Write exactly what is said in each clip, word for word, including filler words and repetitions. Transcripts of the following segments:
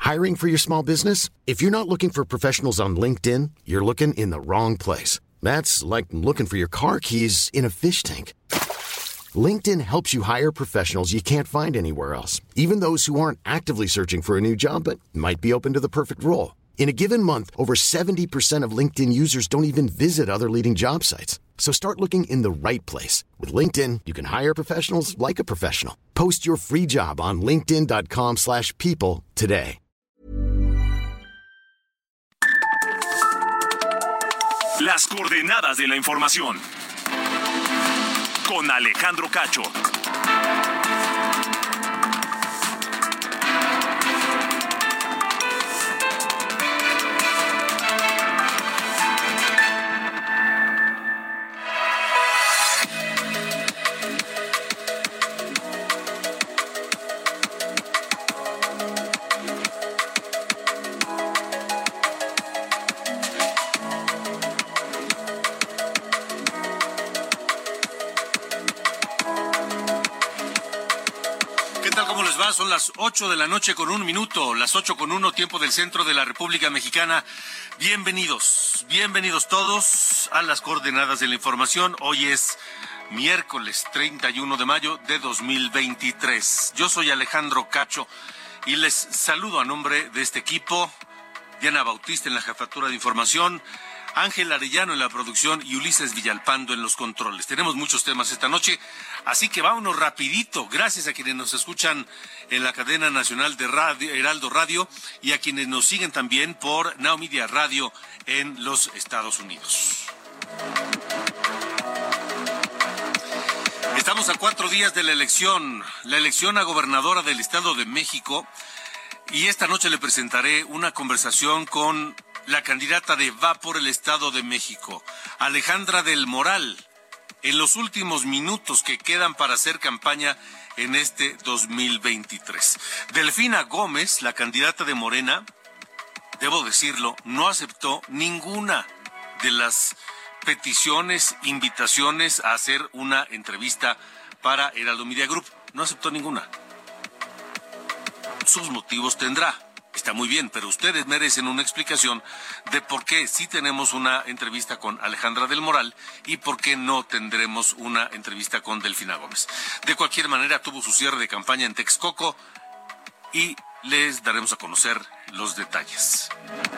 Hiring for your small business? If you're not looking for professionals on LinkedIn, you're looking in the wrong place. That's like looking for your car keys in a fish tank. LinkedIn helps you hire professionals you can't find anywhere else, even those who aren't actively searching for a new job but might be open to the perfect role. In a given month, over seventy percent of LinkedIn users don't even visit other leading job sites. So start looking in the right place. With LinkedIn, you can hire professionals like a professional. Post your free job on linkedin dot com slash people today. Las coordenadas de la información. Con Alejandro Cacho. Son las ocho de la noche con un minuto, las ocho con uno, tiempo del centro de la República Mexicana. Bienvenidos, bienvenidos todos a las coordenadas de la información. Hoy es miércoles treinta y uno de mayo de dos mil veintitrés. Yo soy Alejandro Cacho y les saludo a nombre de este equipo. Diana Bautista en la jefatura de información, Ángel Arellano en la producción y Ulises Villalpando en los controles. Tenemos muchos temas esta noche, así que vámonos rapidito. Gracias a quienes nos escuchan en la cadena nacional de radio, Heraldo Radio, y a quienes nos siguen también por Now Media Radio en los Estados Unidos. Estamos a cuatro días de la elección, la elección a gobernadora del Estado de México, y esta noche le presentaré una conversación con la candidata de Va por el Estado de México, Alejandra del Moral, en los últimos minutos que quedan para hacer campaña en este dos mil veintitrés. Delfina Gómez, la candidata de Morena, debo decirlo, no aceptó ninguna de las peticiones, invitaciones a hacer una entrevista para Heraldo Media Group. No aceptó ninguna. Sus motivos tendrá. Está muy bien, pero ustedes merecen una explicación de por qué sí tenemos una entrevista con Alejandra del Moral y por qué no tendremos una entrevista con Delfina Gómez. De cualquier manera, tuvo su cierre de campaña en Texcoco y les daremos a conocer los detalles.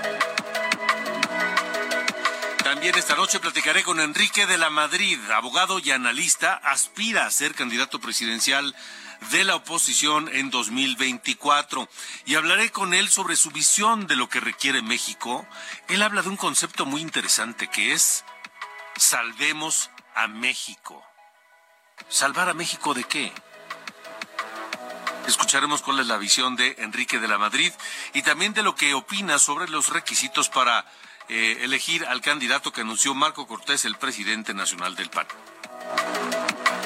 También esta noche platicaré con Enrique de la Madrid, abogado y analista, aspira a ser candidato presidencial de la oposición en dos mil veinticuatro, y hablaré con él sobre su visión de lo que requiere México. Él habla de un concepto muy interesante que es salvemos a México. ¿Salvar a México de qué? Escucharemos cuál es la visión de Enrique de la Madrid y también de lo que opina sobre los requisitos para eh, elegir al candidato que anunció Marco Cortés, el presidente nacional del P A N.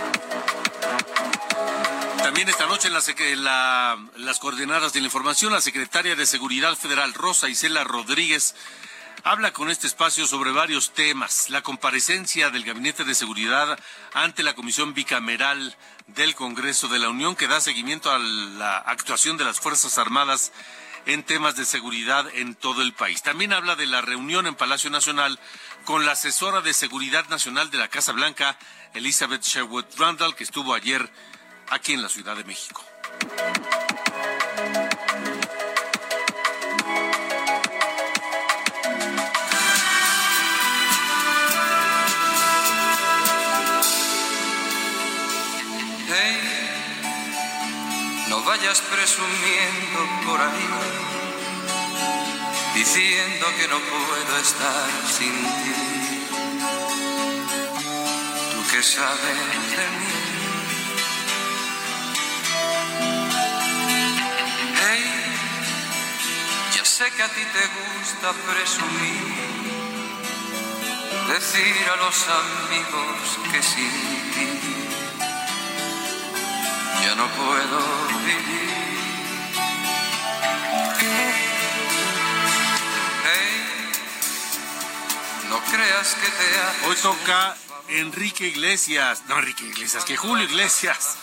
También esta noche en, la, en la, las coordenadas de la información, la secretaria de Seguridad Federal, Rosa Isela Rodríguez, habla con este espacio sobre varios temas. La comparecencia del Gabinete de Seguridad ante la Comisión Bicameral del Congreso de la Unión, que da seguimiento a la actuación de las Fuerzas Armadas en temas de seguridad en todo el país. También habla de la reunión en Palacio Nacional con la asesora de Seguridad Nacional de la Casa Blanca, Elizabeth Sherwood Randall, que estuvo ayer aquí en la Ciudad de México. Hey, no vayas presumiendo por ahí, diciendo que no puedo estar sin ti. Tú que sabes de mí. Sé que a ti te gusta presumir, decir a los amigos que sin ti ya no puedo vivir. Hey, no creas que te haces. Hoy toca Enrique Iglesias, no Enrique Iglesias, que Julio Iglesias.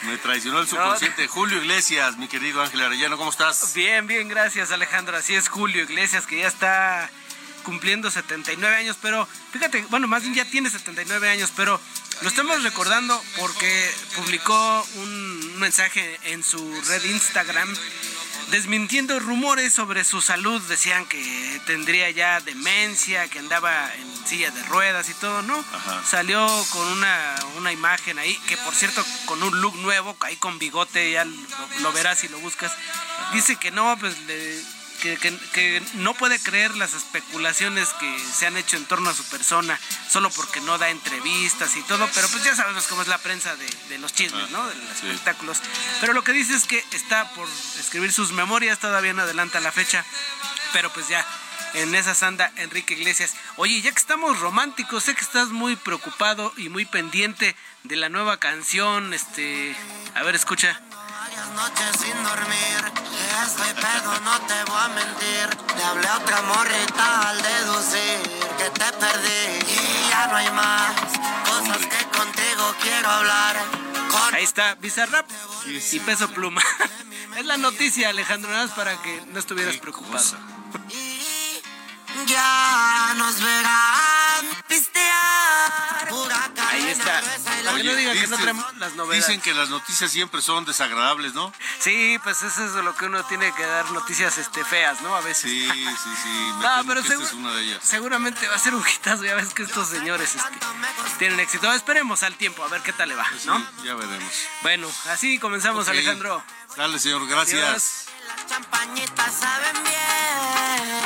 Me traicionó el subconsciente. No. Julio Iglesias, mi querido Ángel Arellano, ¿cómo estás? Bien, bien, gracias, Alejandro. Así es, Julio Iglesias, que ya está cumpliendo setenta y nueve años, pero fíjate, bueno, más bien ya tiene setenta y nueve años, pero lo estamos recordando porque publicó un, un mensaje en su red Instagram desmintiendo rumores sobre su salud. Decían que tendría ya demencia, que andaba en silla de ruedas y todo, ¿no? Ajá. Salió con una, una imagen ahí, que por cierto, con un look nuevo, ahí con bigote, ya lo, lo verás si lo buscas. Ajá. Dice que no, pues le... Que, que, que no puede creer las especulaciones que se han hecho en torno a su persona, solo porque no da entrevistas y todo, pero pues ya sabemos cómo es la prensa de, de los chismes, ¿no? De los sí. espectáculos. Pero lo que dice es que está por escribir sus memorias, todavía no adelanta la fecha, pero pues ya en esas anda Enrique Iglesias. Oye, ya que estamos románticos, sé que estás muy preocupado y muy pendiente de la nueva canción, este, a ver, escucha. Noches sin dormir, estoy pedo, no te voy a mentir. Le hablé a otra morrita al deducir que te perdí y ya no hay más cosas que contigo quiero hablar. Con... Ahí está, Bizarrap sí, sí, y Peso Pluma. Es la noticia, Alejandro, nada más para que no estuvieras preocupado. Y ya nos verán pistear. Ahí está. Para que no digan que no traemos las novedades. Dicen que las noticias siempre son desagradables, ¿no? Sí, pues eso es lo que uno tiene que dar, noticias este feas, ¿no? A veces. Sí, sí, sí. Me no, pero segu- es una de ellas. Seguramente va a ser un hitazo. Ya ves que estos señores este, tienen éxito. Esperemos al tiempo, a ver qué tal le va, pues ¿no? Sí, ya veremos. Bueno, así comenzamos, okay. Alejandro. Dale, señor, gracias. Adiós. Las champañitas saben bien.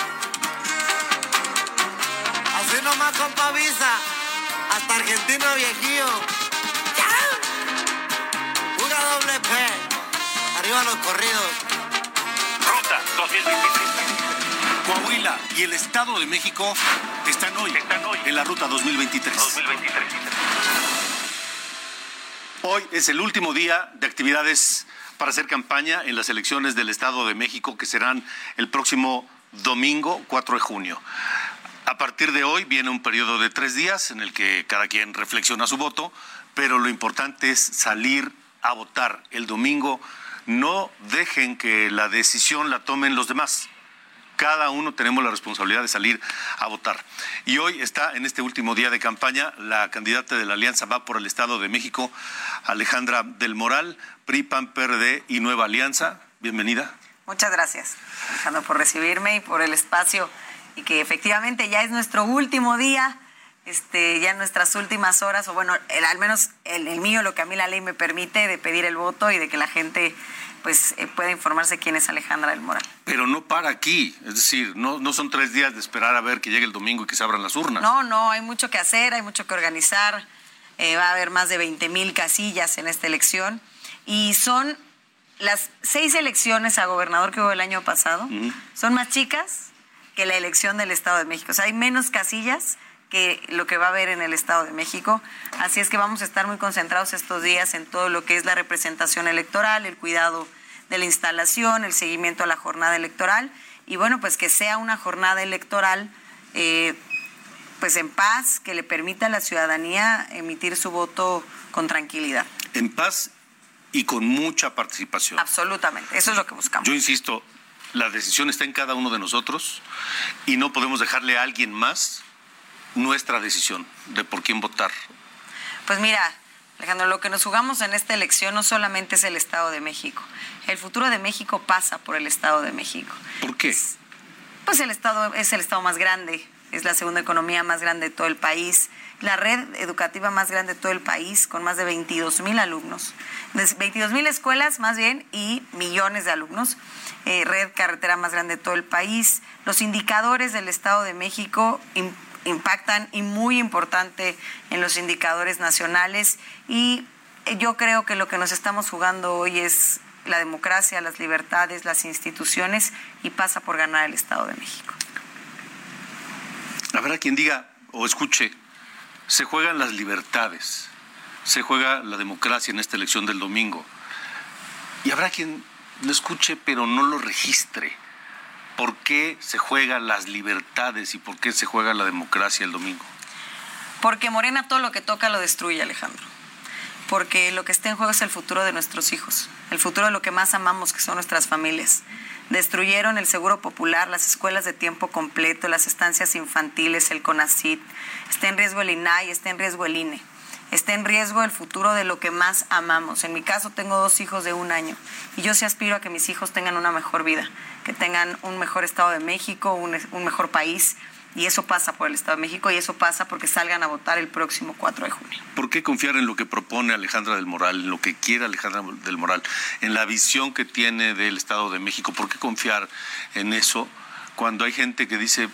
Así nomás con Pavisa. Hasta Argentina, viejillo. Una doble P. Arriba los corridos. Ruta dos mil veintitrés. Coahuila y el Estado de México están hoy, están hoy en la Ruta dos mil veintitrés. dos mil veintitrés. Hoy es el último día de actividades para hacer campaña en las elecciones del Estado de México, que serán el próximo domingo cuatro de junio. A partir de hoy viene un periodo de tres días en el que cada quien reflexiona su voto, pero lo importante es salir a votar el domingo. No dejen que la decisión la tomen los demás. Cada uno tenemos la responsabilidad de salir a votar. Y hoy está en este último día de campaña la candidata de la Alianza Va por el Estado de México, Alejandra del Moral, P R I, P A N, P R D y Nueva Alianza. Bienvenida. Muchas gracias, Alejandro, por recibirme y por el espacio. Y que efectivamente ya es nuestro último día, este, ya nuestras últimas horas, o bueno, el, al menos el, el mío, lo que a mí la ley me permite, de pedir el voto y de que la gente pues eh, pueda informarse quién es Alejandra del Moral. Pero no para aquí, es decir, no, no son tres días de esperar a ver que llegue el domingo y que se abran las urnas. No, no, hay mucho que hacer, hay mucho que organizar, eh, va a haber más de veinte mil casillas en esta elección, y son las seis elecciones a gobernador que hubo el año pasado, uh-huh. son más chicas que la elección del Estado de México. O sea, hay menos casillas que lo que va a haber en el Estado de México. Así es que vamos a estar muy concentrados estos días en todo lo que es la representación electoral, el cuidado de la instalación, el seguimiento a la jornada electoral. Y bueno, pues que sea una jornada electoral eh, pues en paz, que le permita a la ciudadanía emitir su voto con tranquilidad. En paz y con mucha participación. Absolutamente, eso es lo que buscamos. Yo insisto, la decisión está en cada uno de nosotros y no podemos dejarle a alguien más nuestra decisión de por quién votar. Pues mira, Alejandro, lo que nos jugamos en esta elección no solamente es el Estado de México. El futuro de México pasa por el Estado de México. ¿Por qué? Pues, pues el Estado es el Estado más grande, es la segunda economía más grande de todo el país, la red educativa más grande de todo el país, con más de veintidós mil alumnos, veintidós mil escuelas más bien y millones de alumnos. Eh, red carretera más grande de todo el país. Los indicadores del Estado de México in, impactan y muy importante en los indicadores nacionales, y yo creo que lo que nos estamos jugando hoy es la democracia, las libertades, las instituciones, y pasa por ganar el Estado de México. Habrá quien diga o escuche, se juegan las libertades, se juega la democracia en esta elección del domingo, y habrá quien lo escuche pero no lo registre. ¿Por qué se juegan las libertades y por qué se juega la democracia el domingo? Porque Morena todo lo que toca lo destruye, Alejandro. porque lo que está en juego es el futuro de nuestros hijos, el futuro de lo que más amamos, que son nuestras familias. Destruyeron el Seguro Popular, las escuelas de tiempo completo, las estancias infantiles, el CONACYT. Está en riesgo el I N A I, está en riesgo el I N E. Está en riesgo el futuro de lo que más amamos. En mi caso tengo dos hijos de un año y yo sí aspiro a que mis hijos tengan una mejor vida, que tengan un mejor Estado de México, un, un mejor país. Y eso pasa por el Estado de México y eso pasa porque salgan a votar el próximo cuatro de junio. ¿Por qué confiar en lo que propone Alejandra del Moral, en lo que quiere Alejandra del Moral, en la visión que tiene del Estado de México? ¿Por qué confiar en eso cuando hay gente que dice,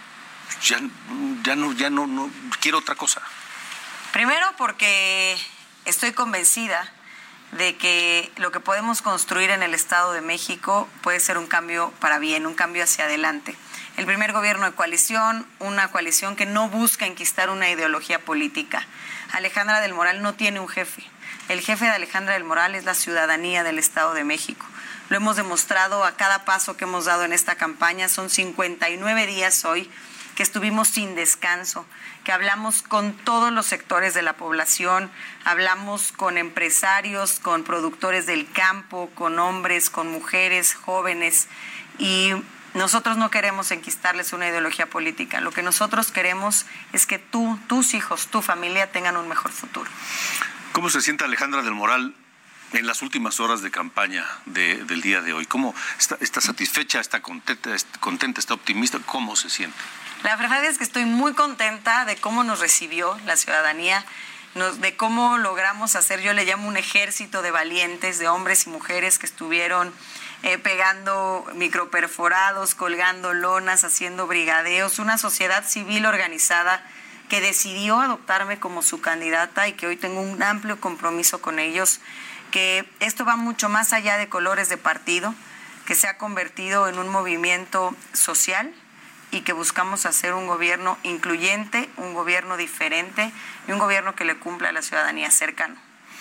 ya, ya, no, ya no, no, quiero otra cosa? Primero porque estoy convencida de que lo que podemos construir en el Estado de México puede ser un cambio para bien, un cambio hacia adelante. El primer gobierno de coalición, una coalición que no busca enquistar una ideología política. Alejandra del Moral no tiene un jefe. El jefe de Alejandra del Moral es la ciudadanía del Estado de México. Lo hemos demostrado a cada paso que hemos dado en esta campaña. Son cincuenta y nueve días hoy que estuvimos sin descanso, que hablamos con todos los sectores de la población, hablamos con empresarios, con productores del campo, con hombres, con mujeres, jóvenes, y nosotros no queremos enquistarles una ideología política. Lo que nosotros queremos es que tú, tus hijos, tu familia tengan un mejor futuro. ¿Cómo se siente Alejandra del Moral en las últimas horas de campaña de, del día de hoy? ¿Cómo está, está satisfecha, está contenta, está contenta, está optimista? ¿Cómo se siente? La verdad es que estoy muy contenta de cómo nos recibió la ciudadanía, nos, de cómo logramos hacer, yo le llamo un ejército de valientes, de hombres y mujeres que estuvieron eh, pegando microperforados, colgando lonas, haciendo brigadeos, una sociedad civil organizada que decidió adoptarme como su candidata y que hoy tengo un amplio compromiso con ellos, que esto va mucho más allá de colores de partido, que se ha convertido en un movimiento social y que buscamos hacer un gobierno incluyente, un gobierno diferente y un gobierno que le cumpla a la ciudadanía cercano.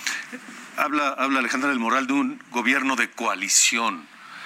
Habla, habla Alejandra del Moral de un gobierno de coalición.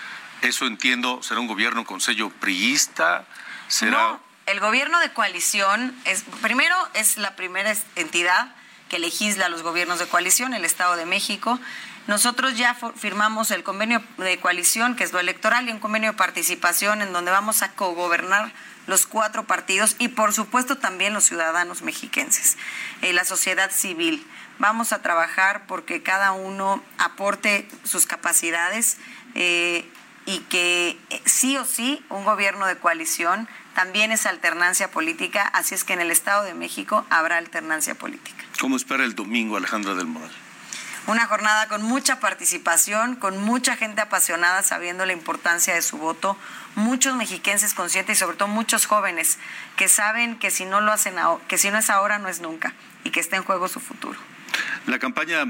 Eso entiendo, ¿será un gobierno con sello priista? ¿Será... No, el gobierno de coalición es, primero, es la primera entidad que legisla los gobiernos de coalición, el Estado de México. Nosotros ya firmamos el convenio de coalición, que es lo electoral, y un convenio de participación en donde vamos a cogobernar los cuatro partidos y, por supuesto, también los ciudadanos mexiquenses, eh, la sociedad civil. Vamos a trabajar porque cada uno aporte sus capacidades eh, y que eh, sí o sí un gobierno de coalición también es alternancia política, así es que en el Estado de México habrá alternancia política. ¿Cómo espera el domingo Alejandra del Moral? Una jornada con mucha participación, con mucha gente apasionada sabiendo la importancia de su voto, muchos mexiquenses conscientes y sobre todo muchos jóvenes que saben que si no lo hacen, que si no es ahora no es nunca y que está en juego su futuro. La campaña,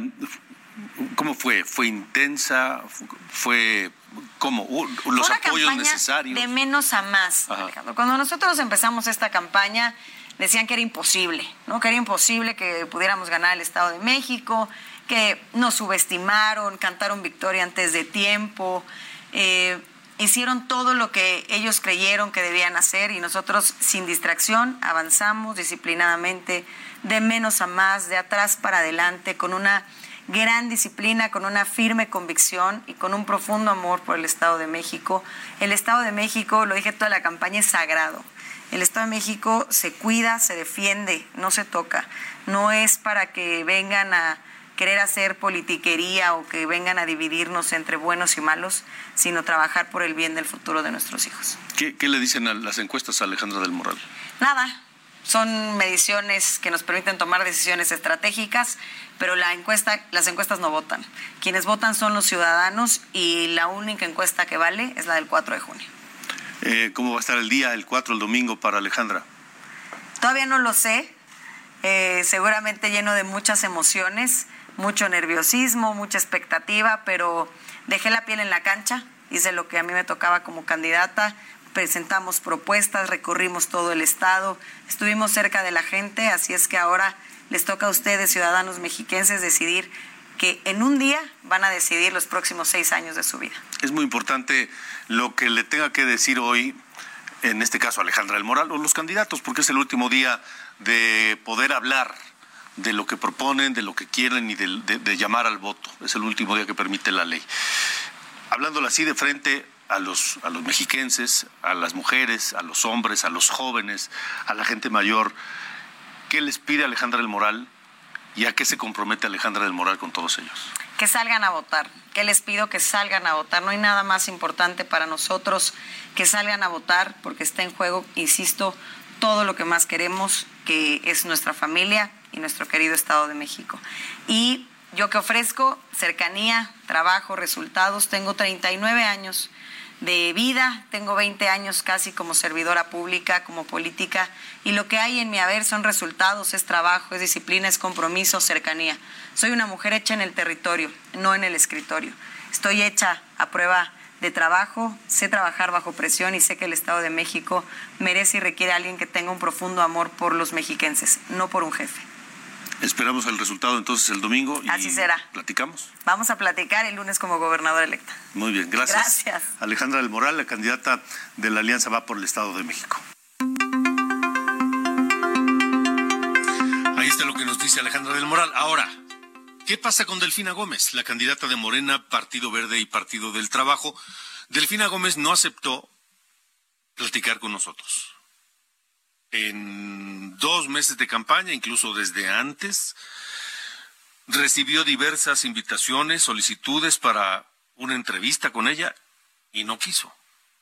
¿cómo fue? ¿Fue intensa? ¿Fue cómo? ¿Los Una apoyos necesarios? De menos a más, Alejandro. Cuando nosotros empezamos esta campaña decían que era imposible, ¿no? Que era imposible que pudiéramos ganar el Estado de México, que nos subestimaron, cantaron victoria antes de tiempo, eh, hicieron todo lo que ellos creyeron que debían hacer y nosotros sin distracción avanzamos disciplinadamente, de menos a más, de atrás para adelante, con una gran disciplina, con una firme convicción y con un profundo amor por el Estado de México. El Estado de México, lo dije toda la campaña, es sagrado. El Estado de México se cuida, se defiende, no se toca. No es para que vengan a querer hacer politiquería o que vengan a dividirnos entre buenos y malos, sino trabajar por el bien del futuro de nuestros hijos. ¿Qué, qué le dicen a las encuestas a Alejandra del Moral? Nada, son mediciones que nos permiten tomar decisiones estratégicas, pero la encuesta, las encuestas no votan. Quienes votan son los ciudadanos y la única encuesta que vale es la del cuatro de junio. Eh, ¿Cómo va a estar el día, el cuatro, el domingo para Alejandra? Todavía no lo sé, eh, seguramente lleno de muchas emociones, mucho nerviosismo, mucha expectativa, pero dejé la piel en la cancha, hice lo que a mí me tocaba como candidata, presentamos propuestas, recorrimos todo el estado, estuvimos cerca de la gente, así es que ahora les toca a ustedes, ciudadanos mexiquenses, decidir que en un día van a decidir los próximos seis años de su vida. Es muy importante lo que le tenga que decir hoy, en este caso Alejandra del Moral, o los candidatos, porque es el último día de poder hablar de lo que proponen, de lo que quieren y de, de, de llamar al voto. Es el último día que permite la ley. Hablándolo así de frente a los, a los mexiquenses, a las mujeres, a los hombres, a los jóvenes, a la gente mayor, ¿qué les pide Alejandra del Moral y a qué se compromete Alejandra del Moral con todos ellos? Que salgan a votar. ¿Qué les pido? Que salgan a votar. No hay nada más importante para nosotros que salgan a votar, porque está en juego, insisto, todo lo que más queremos, que es nuestra familia y nuestro querido Estado de México. Y yo que ofrezco cercanía, trabajo, resultados. Tengo treinta y nueve años de vida, tengo veinte años casi como servidora pública, como política, y lo que hay en mi haber son resultados, es trabajo, es disciplina, es compromiso, cercanía. Soy una mujer hecha en el territorio, no en el escritorio. Estoy hecha a prueba de trabajo, sé trabajar bajo presión y sé que el Estado de México merece y requiere a alguien que tenga un profundo amor por los mexiquenses, no por un jefe. Esperamos el resultado entonces el domingo y así será. ¿Platicamos? Vamos a platicar el lunes como gobernadora electa. Muy bien, gracias. Gracias. Alejandra del Moral, la candidata de la Alianza Va por el Estado de México. Ahí está lo que nos dice Alejandra del Moral. Ahora, ¿qué pasa con Delfina Gómez, la candidata de Morena, Partido Verde y Partido del Trabajo? Delfina Gómez no aceptó platicar con nosotros. En dos meses de campaña, incluso desde antes, recibió diversas invitaciones, solicitudes para una entrevista con ella y no quiso.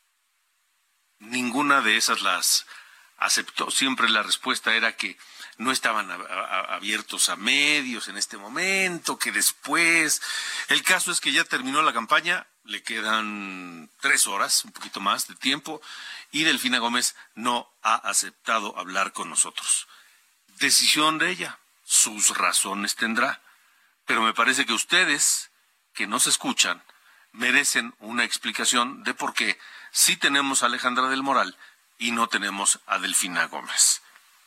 Ninguna de esas las aceptó. Siempre la respuesta era que no estaban a, a, abiertos a medios en este momento, que después. El caso es que ya terminó la campaña, le quedan tres horas, un poquito más de tiempo, y Delfina Gómez no ha aceptado hablar con nosotros. Decisión de ella, sus razones tendrá, pero me parece que ustedes, que nos escuchan, merecen una explicación de por qué sí tenemos a Alejandra del Moral y no tenemos a Delfina Gómez.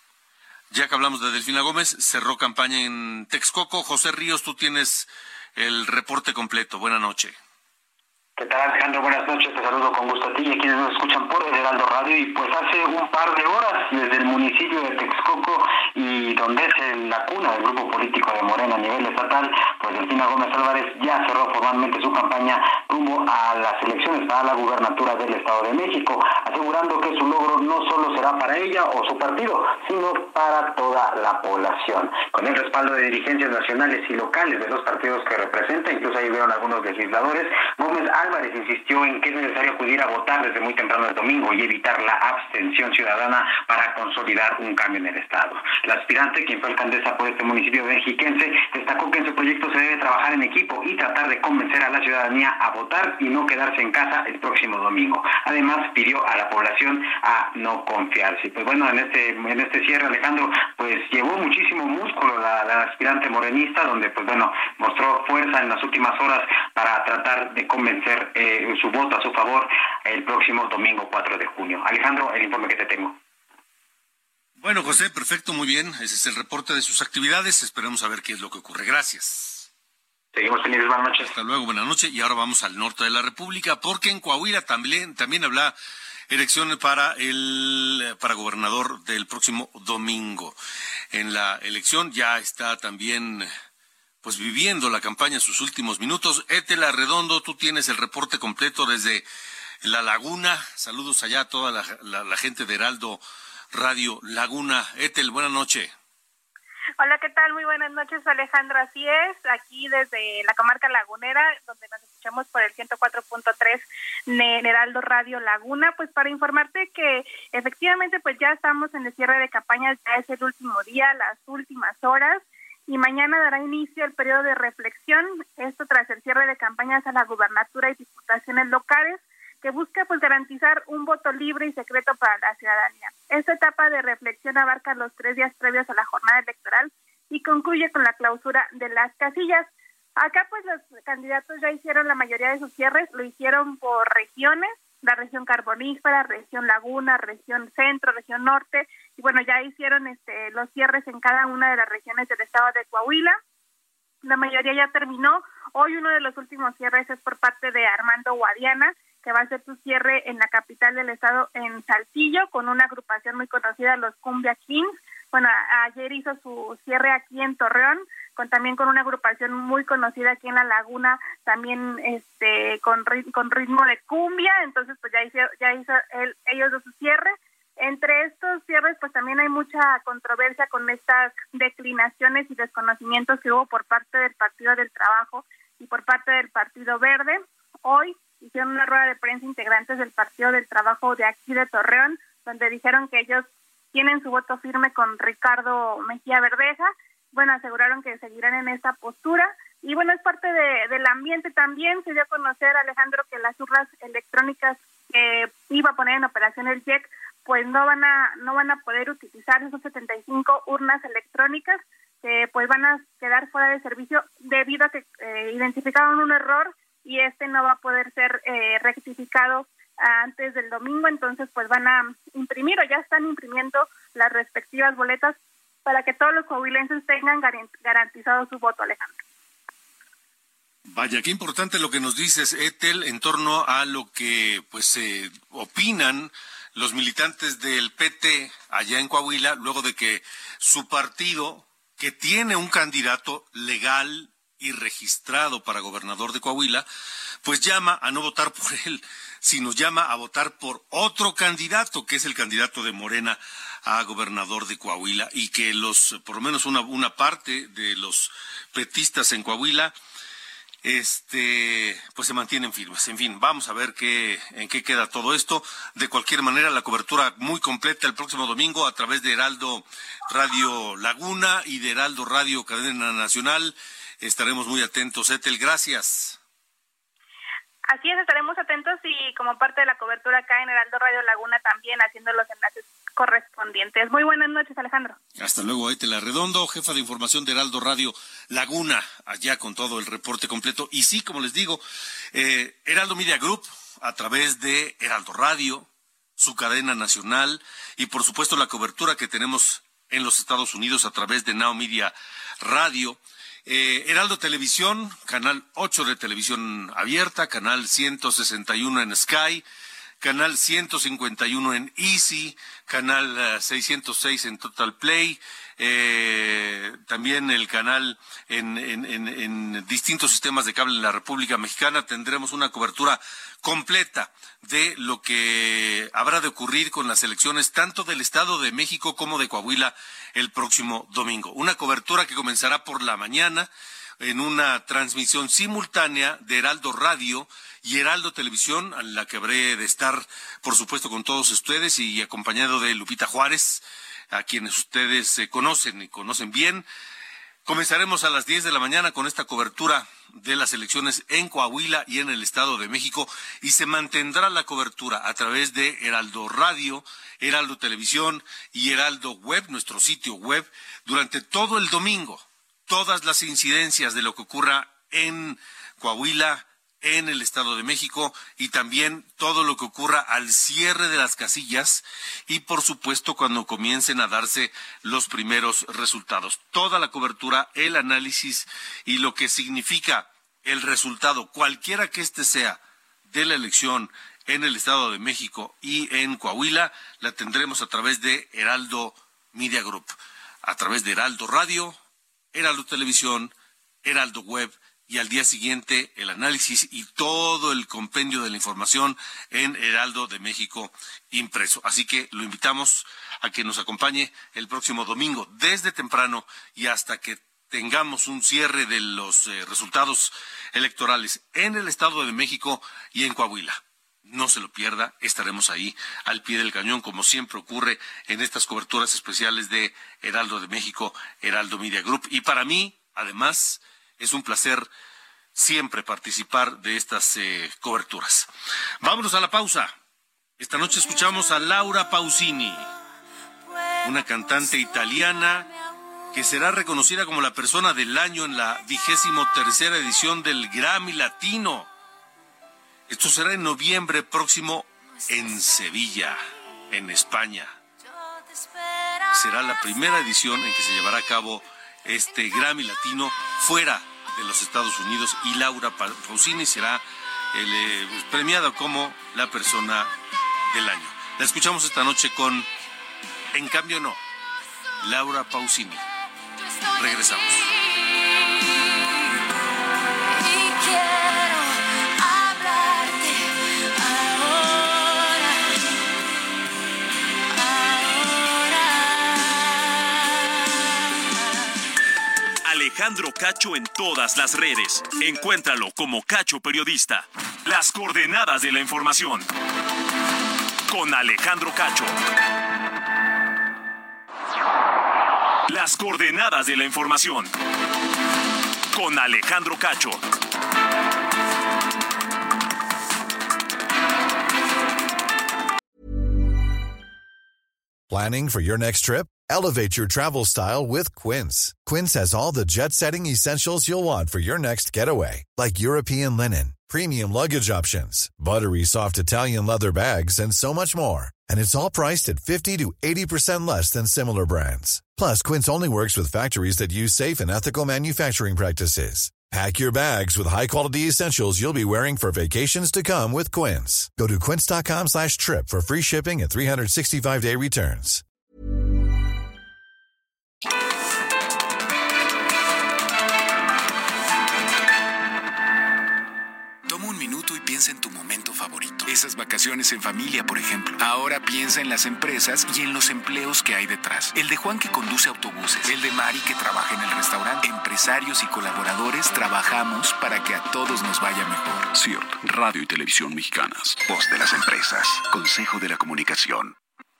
Ya que hablamos de Delfina Gómez, cerró campaña en Texcoco. José Ríos, tú tienes el reporte completo. Buenas noches. ¿Qué tal, Alejandro? Buenas noches, te saludo con gusto a ti y a quienes nos escuchan por el Heraldo Radio. Y pues hace un par de horas, desde el municipio de Texcoco, y donde es la cuna del grupo político de Morena a nivel estatal, pues Delfina Gómez Álvarez ya cerró formalmente su campaña rumbo a las elecciones para la gubernatura del Estado de México, asegurando que su logro no solo será para ella o su partido, sino para toda la población. Con el respaldo de dirigencias nacionales y locales de los partidos que representa, incluso ahí vieron algunos legisladores, Gómez Álvarez insistió en que es necesario acudir a votar desde muy temprano el domingo y evitar la abstención ciudadana para consolidar un cambio en el Estado. La aspirante, quien fue alcaldesa por este municipio mexiquense, destacó que en su proyecto se debe trabajar en equipo y tratar de convencer a la ciudadanía a votar y no quedarse en casa el próximo domingo. Además, pidió a la población a no confiarse. Pues bueno, en este en este cierre, Alejandro, pues llevó muchísimo músculo la, la aspirante morenista, donde pues bueno, mostró fuerza en las últimas horas para tratar de convencer Eh, su voto a su favor el próximo domingo cuatro de junio. Alejandro, el informe que te tengo. Bueno, José, perfecto, muy bien. Ese es el reporte de sus actividades. Esperemos a ver qué es lo que ocurre. Gracias. Seguimos pendientes. Buenas noches. Hasta luego, buenas noches. Y ahora vamos al norte de la República, porque en Coahuila también, también habrá elecciones para el para gobernador del próximo domingo. En la elección ya está también pues viviendo la campaña en sus últimos minutos. Ethel Arredondo, tú tienes el reporte completo desde La Laguna. Saludos allá a toda la, la, la gente de Heraldo Radio Laguna. Ethel, buenas noches. Hola, ¿qué tal? Muy buenas noches, Alejandro. Así es, aquí desde la comarca lagunera, donde nos escuchamos por el ciento cuatro punto tres en Heraldo Radio Laguna, pues para informarte que efectivamente pues ya estamos en el cierre de campañas, ya es el último día, las últimas horas, y mañana dará inicio el periodo de reflexión, esto tras el cierre de campañas a la gubernatura y diputaciones locales, que busca pues garantizar un voto libre y secreto para la ciudadanía. Esta etapa de reflexión abarca los tres días previos a la jornada electoral y concluye con la clausura de las casillas. Acá pues los candidatos ya hicieron la mayoría de sus cierres, lo hicieron por regiones, la región carbonífera, región laguna, región centro, región norte, y bueno, ya hicieron este los cierres en cada una de las regiones del estado de Coahuila. La mayoría ya terminó. Hoy uno de los últimos cierres es por parte de Armando Guadiana, que va a hacer su cierre en la capital del estado, en Saltillo, con una agrupación muy conocida, los Cumbia Kings. bueno, a, ayer hizo su cierre aquí en Torreón, con también con una agrupación muy conocida aquí en La Laguna, también este con con ritmo de cumbia. Entonces pues ya hizo, ya hizo él, ellos de su cierre. Entre estos cierres pues también hay mucha controversia con estas declinaciones y desconocimientos que hubo por parte del Partido del Trabajo y por parte del Partido Verde. Hoy hicieron una rueda de prensa integrantes del Partido del Trabajo de aquí de Torreón, donde dijeron que ellos tienen su voto firme con Ricardo Mejía Verdeja. Bueno, aseguraron que seguirán en esta postura. Y bueno, es parte de, del ambiente también. Se dio a conocer, Alejandro, que las urnas electrónicas que iba a poner en operación el J E C, pues no van a no van a poder utilizar esos setenta y cinco urnas electrónicas, que pues van a quedar fuera de servicio debido a que eh, identificaron un error y este no va a poder ser eh, rectificado antes del domingo. Entonces pues van a imprimir o ya están imprimiendo las respectivas boletas para que todos los coahuilenses tengan garantizado su voto, Alejandro. Vaya, qué importante lo que nos dices, Ethel, en torno a lo que pues eh, opinan los militantes del P T allá en Coahuila, luego de que su partido, que tiene un candidato legal y registrado para gobernador de Coahuila, pues llama a no votar por él, sino llama a votar por otro candidato, que es el candidato de Morena a gobernador de Coahuila, y que los, por lo menos una, una parte de los petistas en Coahuila, este, pues se mantienen firmes. En fin, vamos a ver qué, en qué queda todo esto. De cualquier manera, la cobertura muy completa el próximo domingo a través de Heraldo Radio Laguna y de Heraldo Radio Cadena Nacional. Estaremos muy atentos. Ethel, gracias. Así es, estaremos atentos y como parte de la cobertura acá en Heraldo Radio Laguna también haciendo los enlaces correspondientes. Muy buenas noches, Alejandro. Hasta luego, Ethel Arredondo, jefa de información de Heraldo Radio Laguna, allá con todo el reporte completo. Y sí, como les digo, eh, Heraldo Media Group, a través de Heraldo Radio, su cadena nacional, y por supuesto la cobertura que tenemos en los Estados Unidos a través de Now Media Radio. Eh, Heraldo Televisión, canal ocho de televisión abierta, canal ciento sesenta y uno en Sky, canal ciento cincuenta y uno en Easy, canal uh, seiscientos seis en Total Play, eh, también el canal en, en, en, en distintos sistemas de cable en la República Mexicana. Tendremos una cobertura completa de lo que habrá de ocurrir con las elecciones tanto del Estado de México como de Coahuila el próximo domingo. Una cobertura que comenzará por la mañana en una transmisión simultánea de Heraldo Radio y Heraldo Televisión, en la que habré de estar, por supuesto, con todos ustedes y acompañado de Lupita Juárez, a quienes ustedes eh, conocen y conocen bien. Comenzaremos a las diez de la mañana con esta cobertura de las elecciones en Coahuila y en el Estado de México, y se mantendrá la cobertura a través de Heraldo Radio, Heraldo Televisión y Heraldo Web, nuestro sitio web, durante todo el domingo. Todas las incidencias de lo que ocurra en Coahuila, en el Estado de México, y también todo lo que ocurra al cierre de las casillas y, por supuesto, cuando comiencen a darse los primeros resultados. Toda la cobertura, el análisis y lo que significa el resultado, cualquiera que éste sea, de la elección en el Estado de México y en Coahuila, la tendremos a través de Heraldo Media Group, a través de Heraldo Radio, Heraldo Televisión, Heraldo Web, y al día siguiente el análisis y todo el compendio de la información en Heraldo de México impreso. Así que lo invitamos a que nos acompañe el próximo domingo desde temprano y hasta que tengamos un cierre de los eh, resultados electorales en el Estado de México y en Coahuila. No se lo pierda, estaremos ahí al pie del cañón, como siempre ocurre en estas coberturas especiales de Heraldo de México, Heraldo Media Group. Y para mí, además, es un placer siempre participar de estas eh, coberturas. Vámonos a la pausa. Esta noche escuchamos a Laura Pausini, una cantante italiana que será reconocida como la persona del año en la vigésimo tercera edición del Grammy Latino. Esto será en noviembre próximo en Sevilla, en España. Será la primera edición en que se llevará a cabo este Grammy Latino fuera de los Estados Unidos, y Laura Pausini será el, eh, premiada como la persona del año. La escuchamos esta noche con En Cambio No. Laura Pausini. Regresamos. Alejandro Cacho en todas las redes. Encuéntralo como Cacho Periodista. Las coordenadas de la información. Con Alejandro Cacho. Las coordenadas de la información. Con Alejandro Cacho. Planning for your next trip? Elevate your travel style with Quince. Quince has all the jet-setting essentials you'll want for your next getaway, like European linen, premium luggage options, buttery soft Italian leather bags, and so much more. And it's all priced at fifty to eighty percent less than similar brands. Plus, Quince only works with factories that use safe and ethical manufacturing practices. Pack your bags with high-quality essentials you'll be wearing for vacations to come with Quince. Go to quince.com slash trip for free shipping and three sixty-five day returns. Toma un minuto y piensa en tu momento favorito. Esas vacaciones en familia, por ejemplo. Ahora piensa en las empresas y en los empleos que hay detrás. El de Juan, que conduce autobuses. El de Mari, que trabaja en el restaurante. Empresarios y colaboradores trabajamos para que a todos nos vaya mejor. C I R T, Radio y Televisión Mexicanas. Voz de las empresas. Consejo de la Comunicación.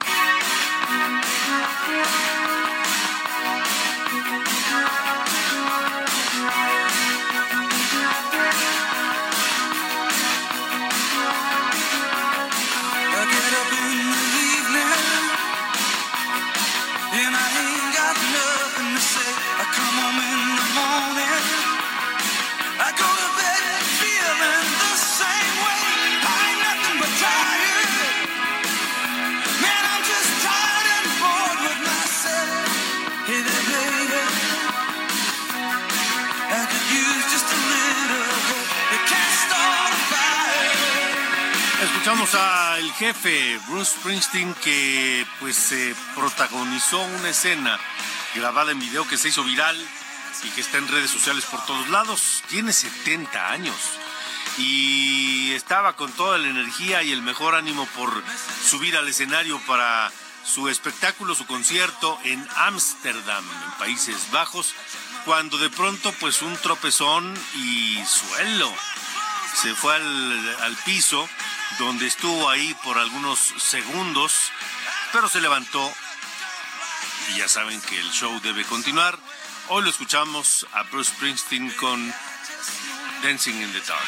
Escuchamos al jefe Bruce Springsteen, que pues eh, protagonizó una escena grabada en video que se hizo viral y que está en redes sociales por todos lados. Tiene setenta años y estaba con toda la energía y el mejor ánimo por subir al escenario para su espectáculo, su concierto en Ámsterdam, en Países Bajos, cuando de pronto pues un tropezón y suelo. Se fue al, al piso, donde estuvo ahí por algunos segundos, pero se levantó y ya saben que el show debe continuar. Hoy lo escuchamos a Bruce Springsteen con Dancing in the Dark.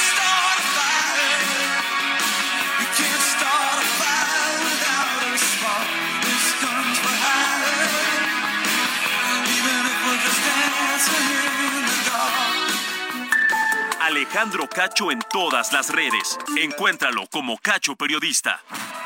Alejandro Cacho en todas las redes. Encuéntralo como Cacho Periodista.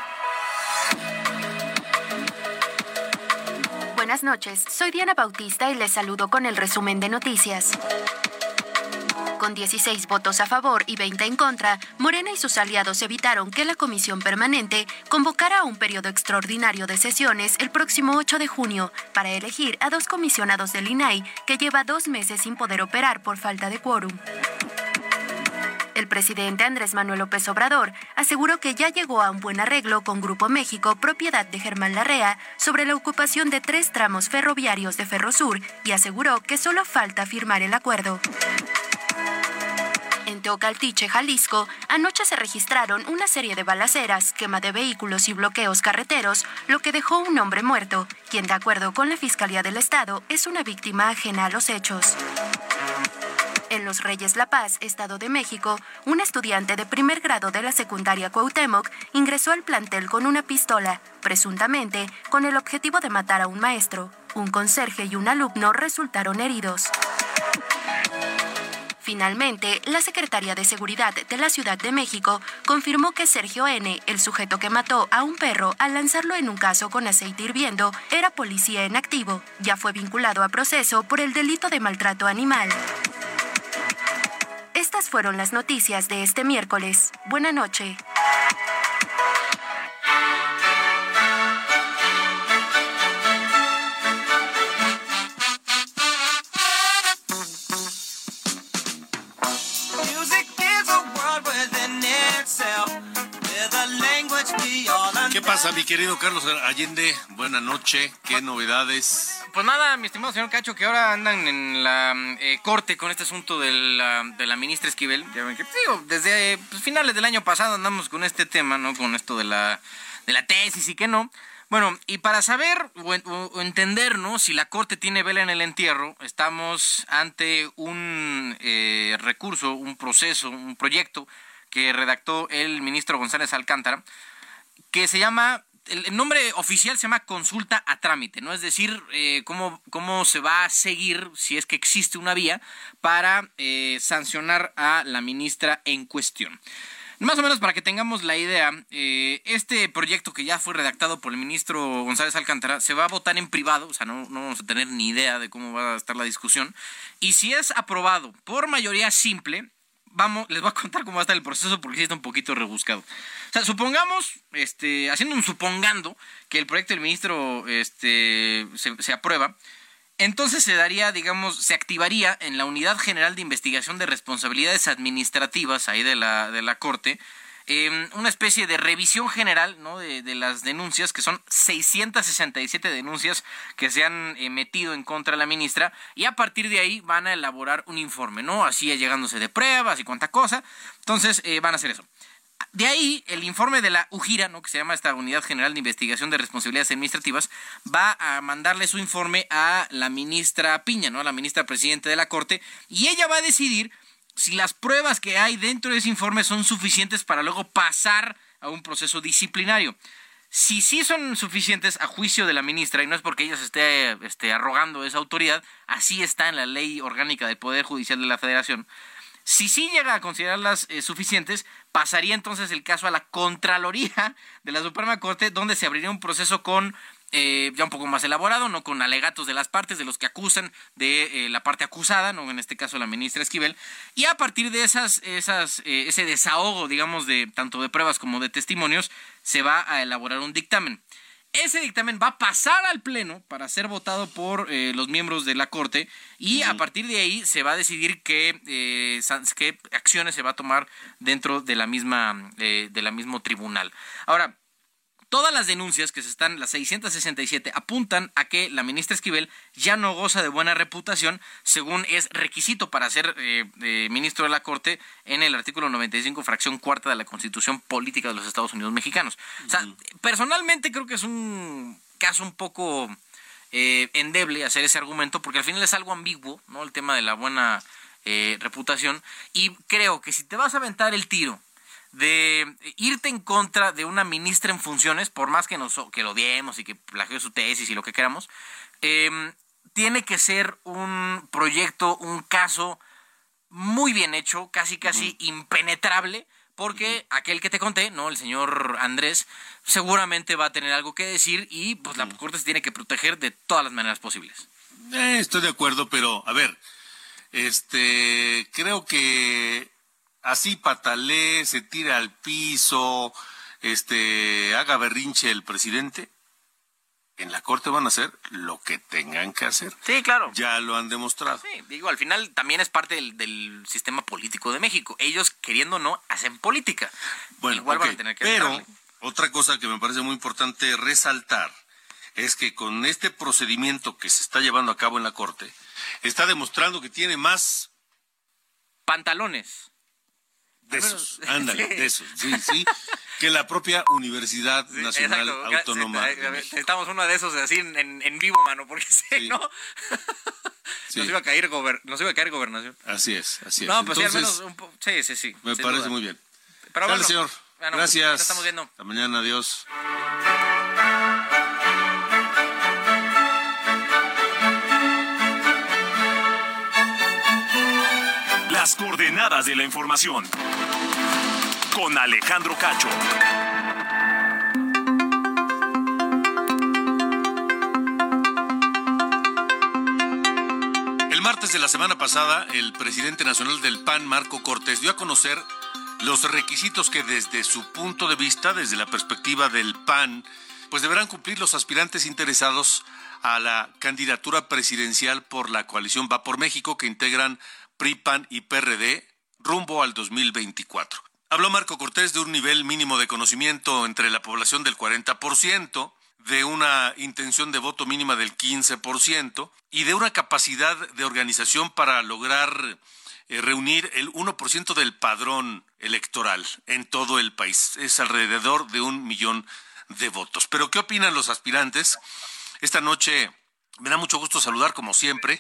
Buenas noches, soy Diana Bautista y les saludo con el resumen de noticias. Con dieciséis votos a favor y veinte en contra, Morena y sus aliados evitaron que la Comisión Permanente convocara un periodo extraordinario de sesiones el próximo ocho de junio para elegir a dos comisionados del I N A I que lleva dos meses sin poder operar por falta de quórum. El presidente Andrés Manuel López Obrador aseguró que ya llegó a un buen arreglo con Grupo México, propiedad de Germán Larrea, sobre la ocupación de tres tramos ferroviarios de Ferrosur y aseguró que solo falta firmar el acuerdo. En Teocaltiche, Jalisco, anoche se registraron una serie de balaceras, quema de vehículos y bloqueos carreteros, lo que dejó un hombre muerto, quien, de acuerdo con la Fiscalía del Estado, es una víctima ajena a los hechos. En Los Reyes La Paz, Estado de México, un estudiante de primer grado de la secundaria Cuauhtémoc ingresó al plantel con una pistola, presuntamente con el objetivo de matar a un maestro. Un conserje y un alumno resultaron heridos. Finalmente, la Secretaría de Seguridad de la Ciudad de México confirmó que Sergio N., el sujeto que mató a un perro al lanzarlo en un caso con aceite hirviendo, era policía en activo. Ya fue vinculado a proceso por el delito de maltrato animal. Estas fueron las noticias de este miércoles. Buena noche. pasa, mi querido Carlos Allende? Buena noche, ¿qué novedades? Pues nada, mi estimado señor Cacho, que ahora andan en la eh, corte con este asunto de la, de la ministra Esquivel. Ya ven que, digo, desde pues, finales del año pasado andamos con este tema, ¿no? Con esto de la, de la tesis y que no. Bueno, y para saber o, o, o entender, ¿no? Si la corte tiene vela en el entierro, estamos ante un eh, recurso, un proceso, un proyecto que redactó el ministro González Alcántara, que se llama, el nombre oficial se llama consulta a trámite, ¿no? Es decir, eh, cómo, cómo se va a seguir, si es que existe una vía, para eh, sancionar a la ministra en cuestión. Más o menos para que tengamos la idea, eh, este proyecto que ya fue redactado por el ministro González Alcántara se va a votar en privado, o sea, no, no vamos a tener ni idea de cómo va a estar la discusión, y si es aprobado por mayoría simple, vamos, les voy a contar cómo va a estar el proceso porque sí está un poquito rebuscado. O sea, supongamos, este, haciendo un supongando que el proyecto del ministro este, se, se aprueba, entonces se daría, digamos, se activaría en la Unidad General de Investigación de Responsabilidades Administrativas, ahí de la, de la Corte, eh, una especie de revisión general, ¿no? de, de las denuncias, que son seiscientas sesenta y siete denuncias que se han eh, metido en contra de la ministra, y a partir de ahí van a elaborar un informe, ¿no? Así llegándose de pruebas y cuánta cosa. Entonces eh, van a hacer eso. De ahí, el informe de la UJIRA, ¿no? que se llama esta Unidad General de Investigación de Responsabilidades Administrativas, va a mandarle su informe a la ministra Piña, ¿no? a la ministra presidenta de la Corte, y ella va a decidir si las pruebas que hay dentro de ese informe son suficientes para luego pasar a un proceso disciplinario. Si sí son suficientes a juicio de la ministra, y no es porque ella se esté, esté arrogando esa autoridad, así está en la Ley Orgánica del Poder Judicial de la Federación. Si sí llega a considerarlas eh, suficientes, pasaría entonces el caso a la Contraloría de la Suprema Corte, donde se abriría un proceso con eh, ya un poco más elaborado, no con alegatos de las partes, de los que acusan, de eh, la parte acusada, no en este caso la ministra Esquivel, y a partir de esas, esas, eh, ese desahogo, digamos, de tanto de pruebas como de testimonios, se va a elaborar un dictamen. Ese dictamen va a pasar al Pleno para ser votado por eh, los miembros de la Corte y uh-huh. a partir de ahí se va a decidir qué, eh, qué acciones se va a tomar dentro de la misma eh, de la mismo tribunal. Ahora, todas las denuncias que se están, las seiscientas sesenta y siete, apuntan a que la ministra Esquivel ya no goza de buena reputación, según es requisito para ser eh, eh, ministro de la Corte en el artículo noventa y cinco, fracción cuarta de la Constitución Política de los Estados Unidos Mexicanos. O sea, uh-huh. personalmente creo que es un caso un poco eh, endeble hacer ese argumento, porque al final es algo ambiguo, ¿no? El tema de la buena eh, reputación, y creo que si te vas a aventar el tiro de irte en contra de una ministra en funciones, por más que nos que lo odiemos y que plagió su tesis y lo que queramos, eh, tiene que ser un proyecto, un caso muy bien hecho, casi casi uh-huh. impenetrable, porque uh-huh. aquel que te conté, no, el señor Andrés, seguramente va a tener algo que decir y pues uh-huh. la Corte se tiene que proteger de todas las maneras posibles. Eh, estoy de acuerdo, pero a ver, este, creo que así patalee, se tira al piso, este, haga berrinche el presidente, en la Corte van a hacer lo que tengan que hacer. Sí, claro. Ya lo han demostrado. Sí, digo, al final también es parte del, del sistema político de México. Ellos, queriendo o no, hacen política. Bueno, igual okay, van a tener que pero entrarle. Otra cosa que me parece muy importante resaltar es que con este procedimiento que se está llevando a cabo en la Corte, está demostrando que tiene más pantalones. De esos, ándale, sí. de esos, sí, sí, que la propia Universidad sí, Nacional exacto. Autónoma. Sí, necesitamos uno de esos así en, en vivo, mano, porque si sí. no, sí. nos iba a caer gober, nos iba a caer gobernación. Así es, así es. No, pues Entonces, sí, al menos un po- sí, sí, sí. Me parece duda. muy bien. Pero Dale, bueno, señor. Bueno, Gracias. Pues, estamos viendo. Hasta mañana, adiós. Las coordenadas de la información con Alejandro Cacho. El martes de la semana pasada, el presidente nacional del P A N, Marco Cortés, dio a conocer los requisitos que desde su punto de vista, desde la perspectiva del P A N, pues deberán cumplir los aspirantes interesados a la candidatura presidencial por la coalición Va por México, que integran P R I, P A N y P R D rumbo al dos mil veinticuatro. Habló Marco Cortés de un nivel mínimo de conocimiento entre la población del cuarenta por ciento, de una intención de voto mínima del quince por ciento y de una capacidad de organización para lograr eh, reunir el uno por ciento del padrón electoral en todo el país. Es alrededor de un millón de votos. Pero ¿qué opinan los aspirantes? Esta noche me da mucho gusto saludar, como siempre,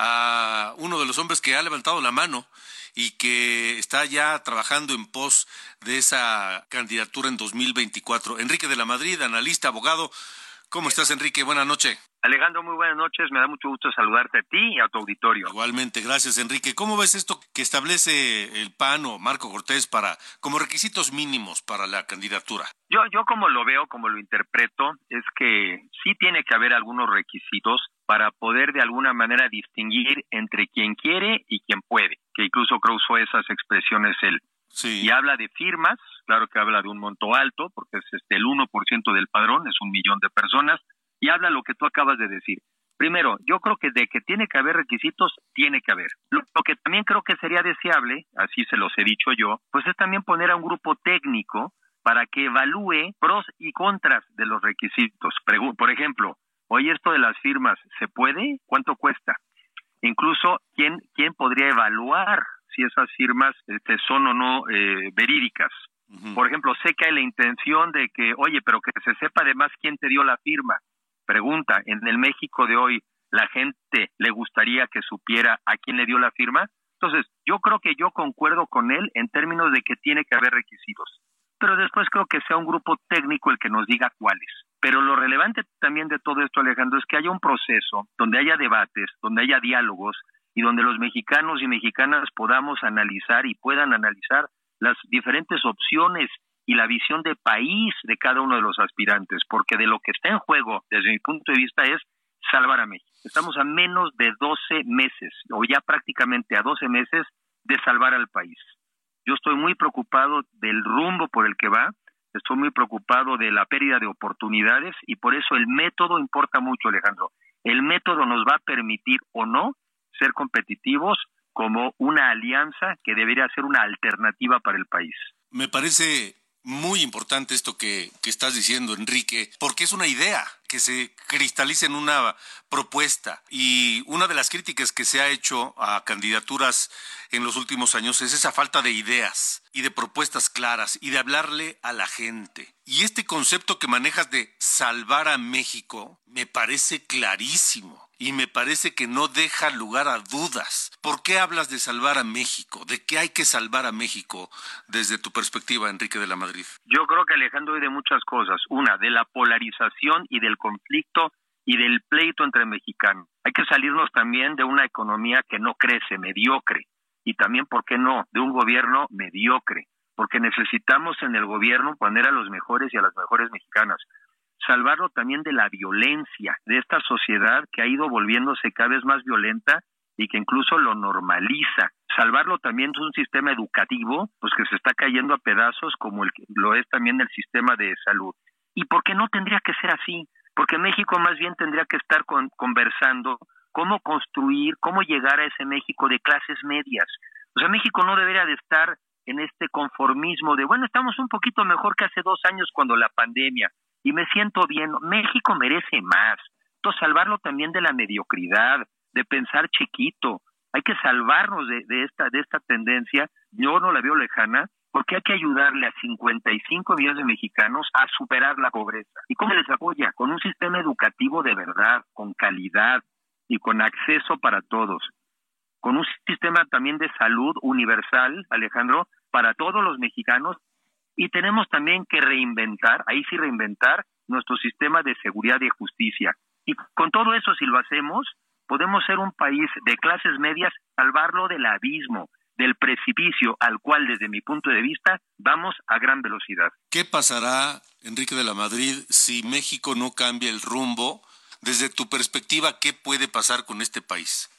a uno de los hombres que ha levantado la mano y que está ya trabajando en pos de esa candidatura en dos mil veinticuatro. Enrique de la Madrid, analista, abogado. ¿Cómo estás, Enrique? Buenas noches. Alejandro, muy buenas noches. Me da mucho gusto saludarte a ti y a tu auditorio. Igualmente, gracias, Enrique. ¿Cómo ves esto que establece el P A N o Marco Cortés para como requisitos mínimos para la candidatura? Yo, yo como lo veo, como lo interpreto, es que sí tiene que haber algunos requisitos para poder de alguna manera distinguir entre quien quiere y quien puede, que incluso creo usó esas expresiones él. Sí. Y habla de firmas, claro que habla de un monto alto, porque es este el uno por ciento del padrón, es un millón de personas, y habla lo que tú acabas de decir. Primero, yo creo que de que tiene que haber requisitos, tiene que haber. Lo, lo que también creo que sería deseable, así se los he dicho yo, pues es también poner a un grupo técnico para que evalúe pros y contras de los requisitos. Pregu- por ejemplo, oye, esto de las firmas, ¿se puede? ¿Cuánto cuesta? Incluso, ¿quién, quién podría evaluar si esas firmas este, son o no eh, verídicas? Uh-huh. Por ejemplo, sé que hay la intención de que, oye, pero que se sepa además quién te dio la firma. Pregunta, ¿en el México de hoy la gente le gustaría que supiera a quién le dio la firma? Entonces, yo creo que yo concuerdo con él en términos de que tiene que haber requisitos. Pero después creo que sea un grupo técnico el que nos diga cuáles. Pero lo relevante también de todo esto, Alejandro, es que haya un proceso donde haya debates, donde haya diálogos y donde los mexicanos y mexicanas podamos analizar y puedan analizar las diferentes opciones y la visión de país de cada uno de los aspirantes, porque de lo que está en juego, desde mi punto de vista, es salvar a México. Estamos a menos de doce meses, o ya prácticamente a doce meses, de salvar al país. Yo estoy muy preocupado del rumbo por el que va, estoy muy preocupado de la pérdida de oportunidades, y por eso el método importa mucho, Alejandro. El método nos va a permitir o no ser competitivos como una alianza que debería ser una alternativa para el país. Me parece muy importante esto que, que estás diciendo, Enrique, porque es una idea que se cristaliza en una propuesta. Y una de las críticas que se ha hecho a candidaturas en los últimos años es esa falta de ideas y de propuestas claras y de hablarle a la gente. Y este concepto que manejas de salvar a México me parece clarísimo. Y me parece que no deja lugar a dudas. ¿Por qué hablas de salvar a México? ¿De qué hay que salvar a México desde tu perspectiva, Enrique de la Madrid? Yo creo que, Alejandro, hay de muchas cosas. Una, de la polarización y del conflicto y del pleito entre mexicanos. Hay que salirnos también de una economía que no crece, mediocre. Y también, ¿por qué no?, de un gobierno mediocre. Porque necesitamos en el gobierno poner a los mejores y a las mejores mexicanas. Salvarlo también de la violencia, de esta sociedad que ha ido volviéndose cada vez más violenta y que incluso lo normaliza. Salvarlo también de un sistema educativo, pues que se está cayendo a pedazos, como el, lo es también el sistema de salud. ¿Y por qué no tendría que ser así? Porque México más bien tendría que estar con, conversando cómo construir, cómo llegar a ese México de clases medias. O sea, México no debería de estar en este conformismo de, bueno, estamos un poquito mejor que hace dos años cuando la pandemia, y me siento bien. México merece más. Entonces, salvarlo también de la mediocridad, de pensar chiquito. Hay que salvarnos de, de esta de esta tendencia. Yo no la veo lejana, porque hay que ayudarle a cincuenta y cinco millones de mexicanos a superar la pobreza. ¿Y cómo les apoya? Con un sistema educativo de verdad, con calidad y con acceso para todos. Con un sistema también de salud universal, Alejandro, para todos los mexicanos. Y tenemos también que reinventar, ahí sí reinventar, nuestro sistema de seguridad y justicia. Y con todo eso, si lo hacemos, podemos ser un país de clases medias, salvarlo del abismo, del precipicio al cual, desde mi punto de vista, vamos a gran velocidad. ¿Qué pasará, Enrique de la Madrid, si México no cambia el rumbo? Desde tu perspectiva, ¿qué puede pasar con este país?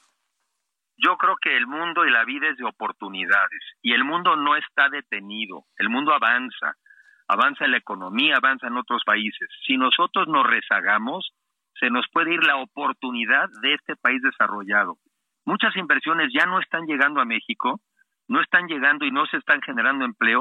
Yo creo que el mundo y la vida es de oportunidades, y el mundo no está detenido, el mundo avanza, avanza en la economía, avanza en otros países. Si nosotros nos rezagamos, se nos puede ir la oportunidad de este país desarrollado. Muchas inversiones ya no están llegando a México, no están llegando y no se están generando empleos,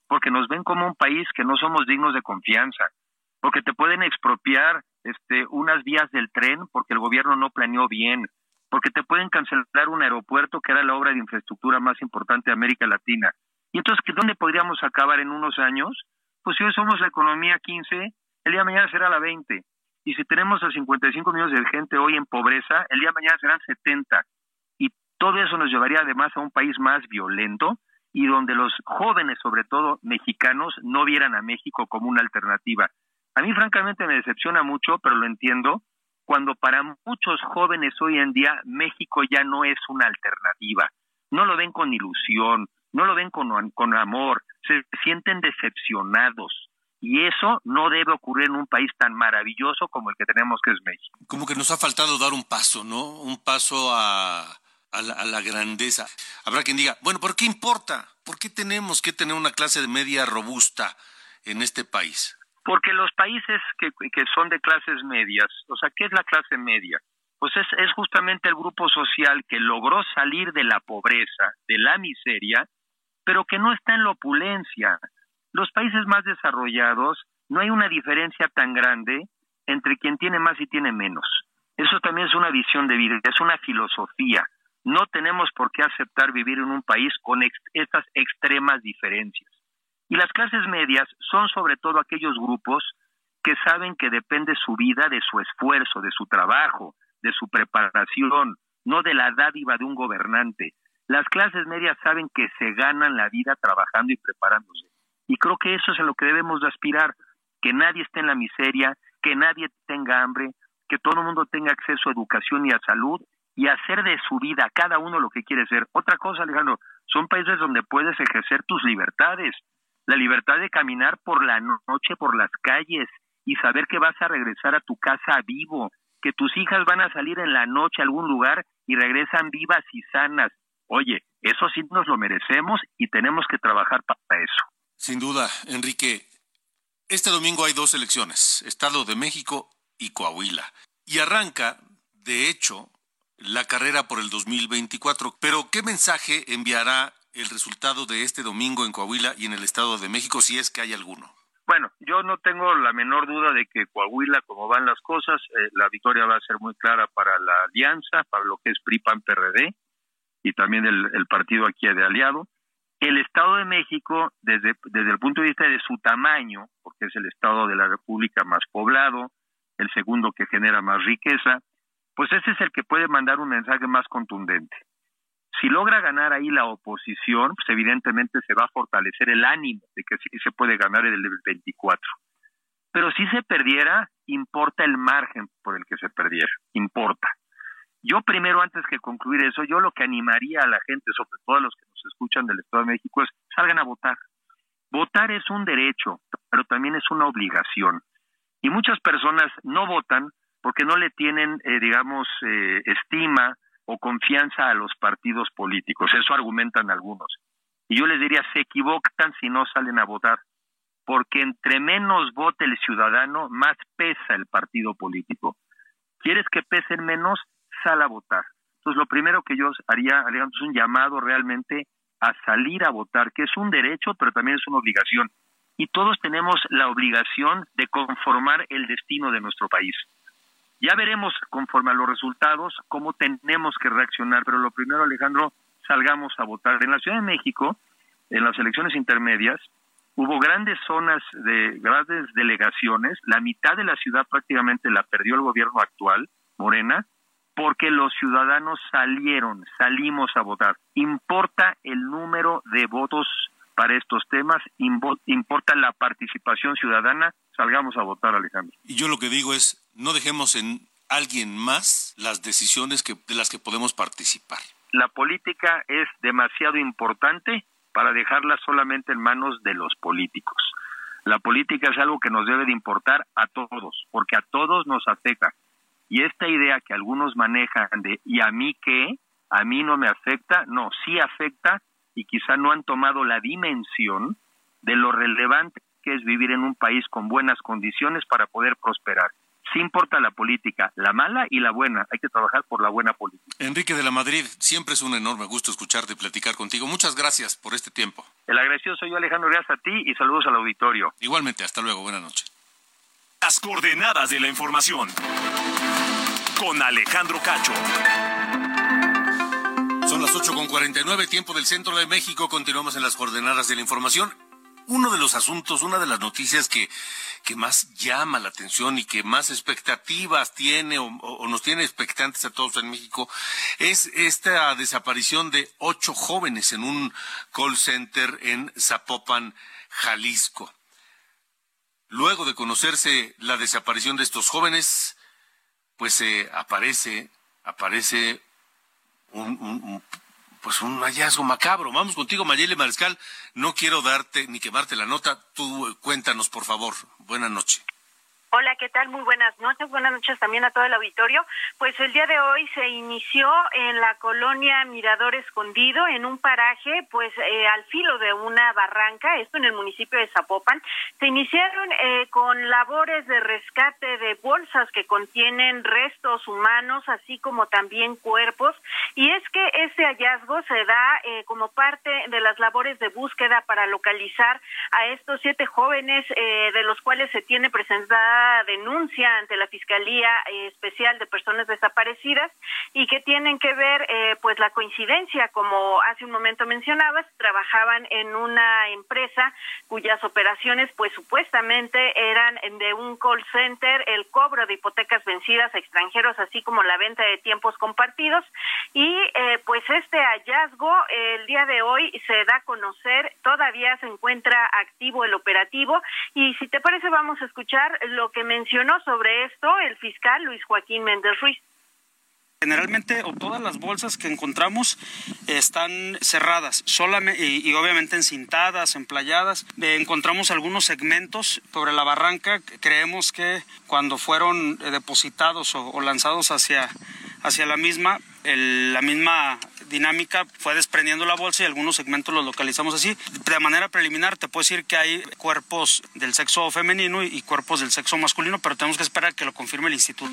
porque nos ven como un país que no somos dignos de confianza, porque te pueden expropiar este, unas vías del tren porque el gobierno no planeó bien, porque te pueden cancelar un aeropuerto que era la obra de infraestructura más importante de América Latina. Y entonces, ¿dónde podríamos acabar en unos años? Pues si hoy somos la economía quince, el día de mañana será la veinte. Y si tenemos a cincuenta y cinco millones de gente hoy en pobreza, el día de mañana serán setenta. Y todo eso nos llevaría además a un país más violento y donde los jóvenes, sobre todo mexicanos, no vieran a México como una alternativa. A mí francamente me decepciona mucho, pero lo entiendo, cuando para muchos jóvenes hoy en día México ya no es una alternativa. No lo ven con ilusión, no lo ven con, con amor, se sienten decepcionados. Y eso no debe ocurrir en un país tan maravilloso como el que tenemos, que es México. Como que nos ha faltado dar un paso, ¿no? Un paso a, a, la, a la grandeza. Habrá quien diga, bueno, ¿por qué importa? ¿Por qué tenemos que tener una clase de media robusta en este país? Porque los países que, que son de clases medias, o sea, ¿qué es la clase media? Pues es, es justamente el grupo social que logró salir de la pobreza, de la miseria, pero que no está en la opulencia. Los países más desarrollados, no hay una diferencia tan grande entre quien tiene más y tiene menos. Eso también es una visión de vida, es una filosofía. No tenemos por qué aceptar vivir en un país con ex- estas extremas diferencias. Y las clases medias son sobre todo aquellos grupos que saben que depende su vida de su esfuerzo, de su trabajo, de su preparación, no de la dádiva de un gobernante. Las clases medias saben que se ganan la vida trabajando y preparándose. Y creo que eso es a lo que debemos de aspirar, que nadie esté en la miseria, que nadie tenga hambre, que todo el mundo tenga acceso a educación y a salud, y hacer de su vida cada uno lo que quiere ser. Otra cosa, Alejandro, son países donde puedes ejercer tus libertades, la libertad de caminar por la noche por las calles y saber que vas a regresar a tu casa vivo, que tus hijas van a salir en la noche a algún lugar y regresan vivas y sanas. Oye, eso sí nos lo merecemos y tenemos que trabajar para eso. Sin duda, Enrique. Este domingo hay dos elecciones, Estado de México y Coahuila. Y arranca, de hecho, la carrera por el dos mil veinticuatro. Pero, ¿qué mensaje enviará el resultado de este domingo en Coahuila y en el Estado de México, si es que hay alguno? Bueno, yo no tengo la menor duda de que Coahuila, como van las cosas, eh, la victoria va a ser muy clara para la alianza, para lo que es P R I, P A N, P R D, y también el, el partido aquí de aliado. El Estado de México, desde, desde el punto de vista de su tamaño, porque es el estado de la República más poblado, el segundo que genera más riqueza, pues ese es el que puede mandar un mensaje más contundente. Si logra ganar ahí la oposición, pues evidentemente se va a fortalecer el ánimo de que sí se puede ganar el veinticuatro. Pero si se perdiera, importa el margen por el que se perdiera, importa. Yo primero, antes que concluir eso, yo lo que animaría a la gente, sobre todo a los que nos escuchan del Estado de México, es salgan a votar. Votar es un derecho, pero también es una obligación. Y muchas personas no votan porque no le tienen, eh, digamos, eh, estima o confianza a los partidos políticos. Eso argumentan algunos. Y yo les diría, se equivocan si no salen a votar. Porque entre menos vote el ciudadano, más pesa el partido político. ¿Quieres que pesen menos? Sal a votar. Entonces, lo primero que yo haría, Alejandro, es un llamado realmente a salir a votar, que es un derecho, pero también es una obligación. Y todos tenemos la obligación de conformar el destino de nuestro país. Ya veremos, conforme a los resultados, cómo tenemos que reaccionar, pero lo primero, Alejandro, salgamos a votar. En la Ciudad de México, en las elecciones intermedias, hubo grandes zonas de grandes delegaciones, la mitad de la ciudad prácticamente la perdió el gobierno actual, Morena, porque los ciudadanos salieron, salimos a votar. Importa el número de votos para estos temas, importa la participación ciudadana, salgamos a votar, Alejandro. Y yo lo que digo es, no dejemos en alguien más las decisiones que, de las que podemos participar. La política es demasiado importante para dejarla solamente en manos de los políticos. La política es algo que nos debe de importar a todos, porque a todos nos afecta. Y esta idea que algunos manejan de ¿y a mí qué? ¿A mí no me afecta? No, sí afecta y quizá no han tomado la dimensión de lo relevante que es vivir en un país con buenas condiciones para poder prosperar. Sí importa la política, la mala y la buena. Hay que trabajar por la buena política. Enrique de la Madrid, siempre es un enorme gusto escucharte y platicar contigo. Muchas gracias por este tiempo. El agradecido soy yo, Alejandro, gracias a ti y saludos al auditorio. Igualmente, hasta luego, buenas noches. Las coordenadas de la información con Alejandro Cacho. Son las ocho con cuarenta y nueve, tiempo del centro de México. Continuamos en las coordenadas de la información. Uno de los asuntos, una de las noticias que, que más llama la atención y que más expectativas tiene o, o nos tiene expectantes a todos en México es esta desaparición de ocho jóvenes en un call center en Zapopan, Jalisco. Luego de conocerse la desaparición de estos jóvenes, pues eh, aparece, aparece un, un, un pues un hallazgo macabro. Vamos contigo, Mayeli Mariscal. No quiero darte ni quemarte la nota. Tú cuéntanos, por favor. Buenas noches. Hola, ¿qué tal? Muy buenas noches. Buenas noches también a todo el auditorio. Pues el día de hoy se inició en la colonia Mirador Escondido, en un paraje, pues eh, al filo de una barranca, esto en el municipio de Zapopan. Se iniciaron eh, con labores de rescate de bolsas que contienen restos humanos, así como también cuerpos. Y es que este hallazgo se da eh, como parte de las labores de búsqueda para localizar a estos siete jóvenes, eh, de los cuales se tiene presentada denuncia ante la Fiscalía eh, Especial de Personas Desaparecidas y que tienen que ver eh, pues la coincidencia, como hace un momento mencionabas, trabajaban en una empresa cuyas operaciones pues supuestamente eran de un call center, el cobro de hipotecas vencidas a extranjeros, así como la venta de tiempos compartidos. Y eh, pues este hallazgo eh, el día de hoy se da a conocer, todavía se encuentra activo el operativo, y si te parece vamos a escuchar lo que mencionó sobre esto el fiscal Luis Joaquín Méndez Ruiz. Generalmente, o todas las bolsas que encontramos están cerradas, solamente y, y obviamente encintadas, emplayadas. Eh, encontramos algunos segmentos sobre la barranca. Creemos que cuando fueron eh, depositados o, o lanzados hacia, hacia la misma, el, la misma dinámica fue desprendiendo la bolsa y algunos segmentos los localizamos así. De manera preliminar te puedo decir que hay cuerpos del sexo femenino y, y cuerpos del sexo masculino, pero tenemos que esperar a que lo confirme el instituto.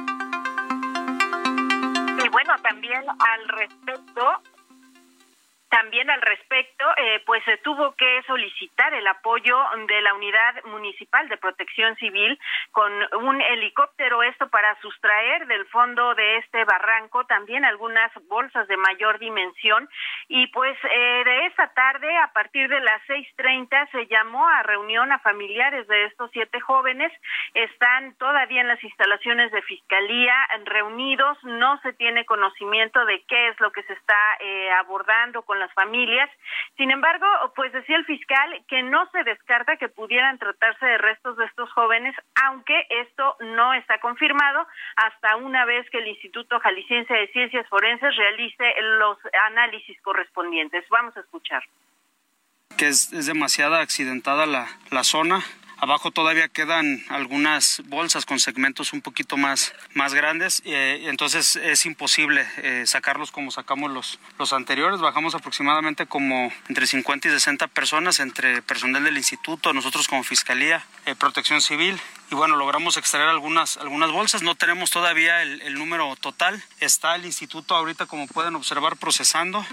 Y bueno, también al respecto, también al respecto, eh, pues se tuvo que solicitar el apoyo de la Unidad Municipal de Protección Civil con un helicóptero, esto para sustraer del fondo de este barranco también algunas bolsas de mayor dimensión. Y pues eh, de esta tarde, a partir de las seis treinta, se llamó a reunión a familiares de estos siete jóvenes. Están todavía en las instalaciones de Fiscalía reunidos, no se tiene conocimiento de qué es lo que se está eh, abordando con las familias. Sin embargo, pues decía el fiscal que no se descarta que pudieran tratarse de restos de estos jóvenes, aunque esto no está confirmado hasta una vez que el Instituto Jalisciense de Ciencias Forenses realice los análisis correspondientes. Vamos a escuchar. Que es, es demasiado accidentada la, la zona. Abajo todavía quedan algunas bolsas con segmentos un poquito más, más grandes, eh, entonces es imposible eh, sacarlos como sacamos los, los anteriores. Bajamos aproximadamente como entre cincuenta y sesenta personas, entre personal del instituto, nosotros como Fiscalía, eh, Protección Civil, y bueno, logramos extraer algunas, algunas bolsas. No tenemos todavía el, el número total. Está el instituto ahorita, como pueden observar, procesando.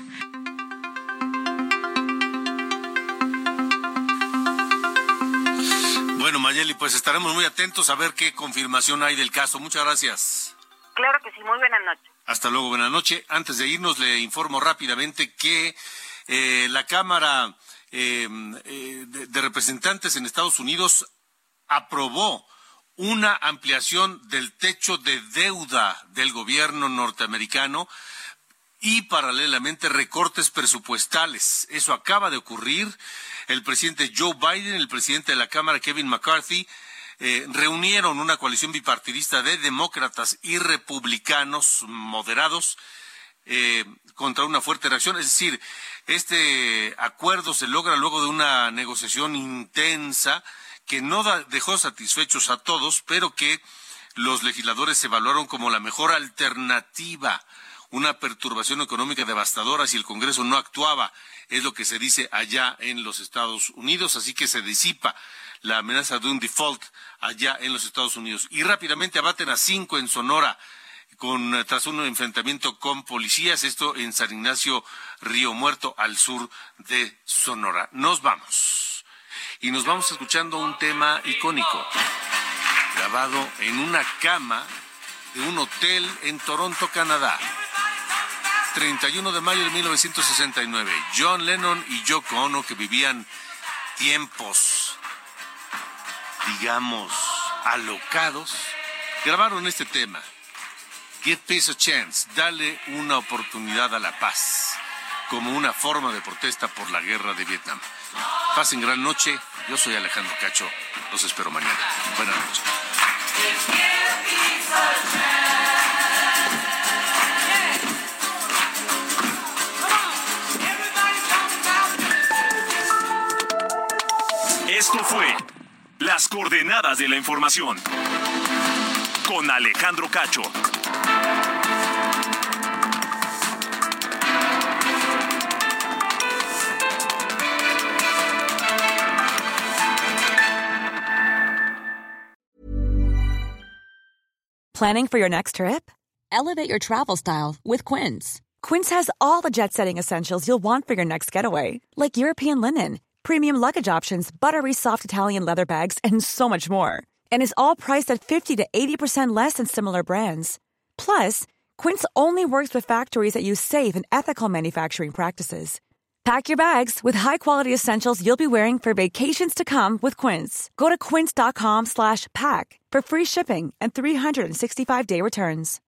Bueno, Mayeli, pues estaremos muy atentos a ver qué confirmación hay del caso. Muchas gracias. Claro que sí, muy buenas noches. Hasta luego, buenas noches. Antes de irnos, le informo rápidamente que eh, la Cámara eh, eh, de, de Representantes en Estados Unidos aprobó una ampliación del techo de deuda del gobierno norteamericano y paralelamente recortes presupuestales. Eso acaba de ocurrir. El presidente Joe Biden, el presidente de la Cámara, Kevin McCarthy, eh, reunieron una coalición bipartidista de demócratas y republicanos moderados eh, contra una fuerte reacción. Es decir, este acuerdo se logra luego de una negociación intensa que no da, dejó satisfechos a todos, pero que los legisladores evaluaron como la mejor alternativa. Una perturbación económica devastadora si el Congreso no actuaba, es lo que se dice allá en los Estados Unidos, así que se disipa la amenaza de un default allá en los Estados Unidos. Y rápidamente abaten a cinco en Sonora con tras un enfrentamiento con policías, esto en San Ignacio Río Muerto, al sur de Sonora. Nos vamos. Y nos vamos escuchando un tema icónico, grabado en una cama de un hotel en Toronto, Canadá. treinta y uno de mayo de mil novecientos sesenta y nueve. John Lennon y Yoko Ono, que vivían tiempos, digamos, alocados, grabaron este tema. Give peace a chance, dale una oportunidad a la paz, como una forma de protesta por la guerra de Vietnam. Pasen gran noche, yo soy Alejandro Cacho, los espero mañana. Buenas noches. Esto fue Las Coordenadas de la Información con Alejandro Cacho. Planning for your next trip? Elevate your travel style with Quince. Quince has all the jet-setting essentials you'll want for your next getaway, like European linen, premium luggage options, buttery soft Italian leather bags, and so much more. And is all priced at fifty to eighty percent less than similar brands. Plus, Quince only works with factories that use safe and ethical manufacturing practices. Pack your bags with high-quality essentials you'll be wearing for vacations to come with Quince. Go to quince.com slash pack for free shipping and three sixty-five day returns.